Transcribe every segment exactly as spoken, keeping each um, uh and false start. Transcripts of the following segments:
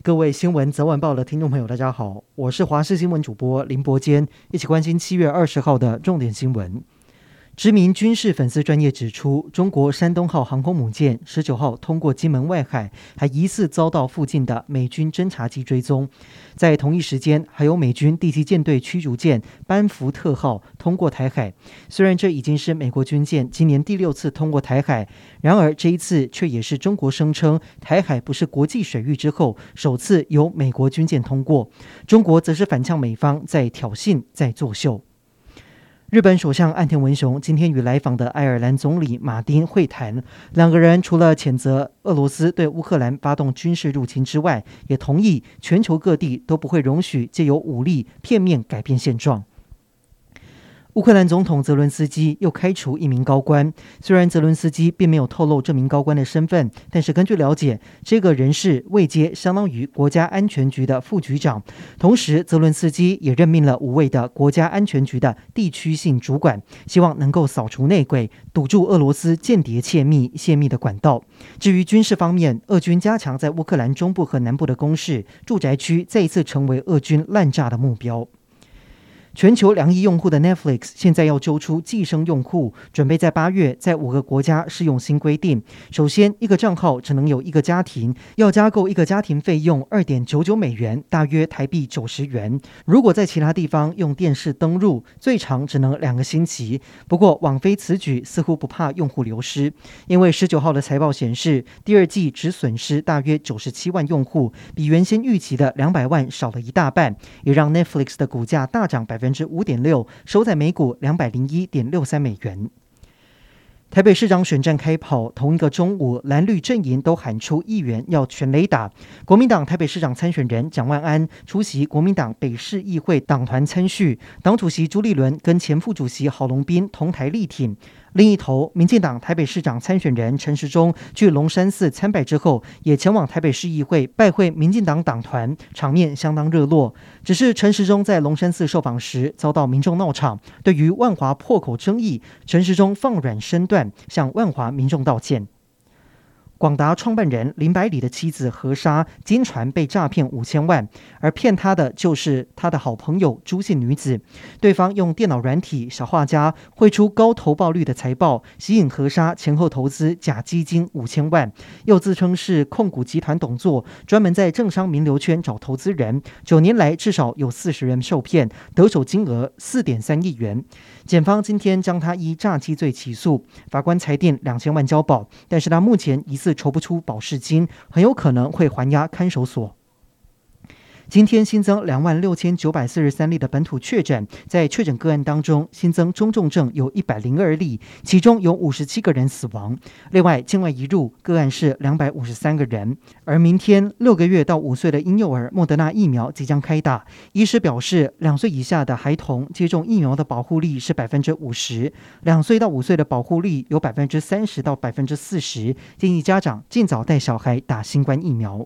各位新闻早晚报的听众朋友大家好，我是华视新闻主播林伯坚，一起关心七月二十号的重点新闻。知名军事粉丝专业指出，中国山东号航空母舰十九号通过金门外海，还疑似遭到附近的美军侦察机追踪。在同一时间，还有美军第七舰队驱逐舰班福特号通过台海。虽然这已经是美国军舰今年第六次通过台海，然而这一次却也是中国声称台海不是国际水域之后首次由美国军舰通过。中国则是反呛美方在挑衅，在作秀。日本首相岸田文雄今天与来访的爱尔兰总理马丁会谈，两个人除了谴责俄罗斯对乌克兰发动军事入侵之外，也同意全球各地都不会容许借由武力片面改变现状。乌克兰总统泽伦斯基又开除一名高官，虽然泽伦斯基并没有透露这名高官的身份，但是根据了解，这个人士位阶相当于国家安全局的副局长，同时泽伦斯基也任命了五位的国家安全局的地区性主管，希望能够扫除内鬼，堵住俄罗斯间谍窃密泄密的管道。至于军事方面，俄军加强在乌克兰中部和南部的攻势，住宅区再一次成为俄军滥炸的目标。全球两亿用户的 Netflix 现在要揪出寄生用户，准备在八月在五个国家适用新规定。首先，一个账号只能有一个家庭，要加购一个家庭费用 二点九九美元，大约台币九十元。如果在其他地方用电视登入，最长只能两个星期。不过，网飞此举似乎不怕用户流失，因为十九号的财报显示，第二季只损失大约九十七万用户，比原先预期的两百万少了一大半，也让 Netflix 的股价大涨百分之五点六，收在每股两百零一点六三美元。台北市长选战开跑，同一个中午，蓝绿阵营都喊出议员要全垒打。国民党台北市长参选人蒋万安出席国民党北市议会党团参叙，党主席朱立伦跟前副主席郝龙斌同台力挺。另一头，民进党台北市长参选人陈时中去龙山寺参拜之后，也前往台北市议会拜会民进党党团，场面相当热络。只是陈时中在龙山寺受访时遭到民众闹场，对于万华破口争议，陈时中放软身段，向万华民众道歉。广达创办人林百里的妻子何莎经传被诈骗五千万，而骗他的就是他的好朋友朱姓女子。对方用电脑软体小画家绘出高投报率的财报，吸引何莎前后投资假基金五千万，又自称是控股集团董座，专门在政商名流圈找投资人。九年来至少有四十人受骗，得手金额四点三亿元。检方今天将他依诈欺罪起诉，法官裁定两千万交保，但是他目前疑似筹不出保释金，很有可能会还押看守所。今天新增两万六千九百四十三例的本土确诊，在确诊个案当中，新增中重症有一百零二例，其中有五十七个人死亡。另外，境外移入个案是两百五十三个人。而明天六个月到五岁的婴幼儿莫德纳疫苗即将开打，医师表示，两岁以下的孩童接种疫苗的保护力是百分之五十，两岁到五岁的保护力有百分之三十到百分之四十，建议家长尽早带小孩打新冠疫苗。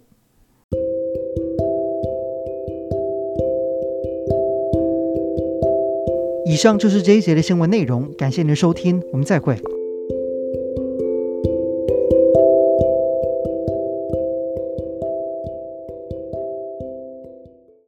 以上就是这一节的新闻内容，感谢您的收听，我们再会。